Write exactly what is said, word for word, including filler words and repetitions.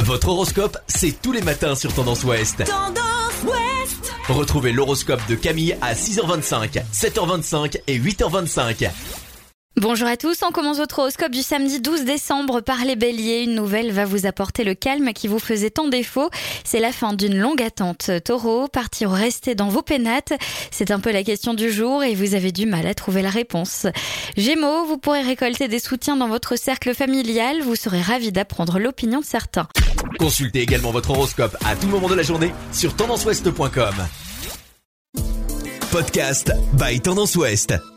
Votre horoscope, c'est tous les matins sur Tendance Ouest. Tendance Ouest. Retrouvez l'horoscope de Camille à six heures vingt-cinq, sept heures vingt-cinq et huit heures vingt-cinq. Bonjour à tous, on commence votre horoscope du samedi douze décembre par les béliers. Une nouvelle va vous apporter le calme qui vous faisait tant défaut. C'est la fin d'une longue attente. Taureau, partir ou rester dans vos pénates, c'est un peu la question du jour et vous avez du mal à trouver la réponse. Gémeaux, vous pourrez récolter des soutiens dans votre cercle familial. Vous serez ravis d'apprendre l'opinion de certains. Consultez également votre horoscope à tout moment de la journée sur tendance ouest point com. Podcast by Tendance Ouest.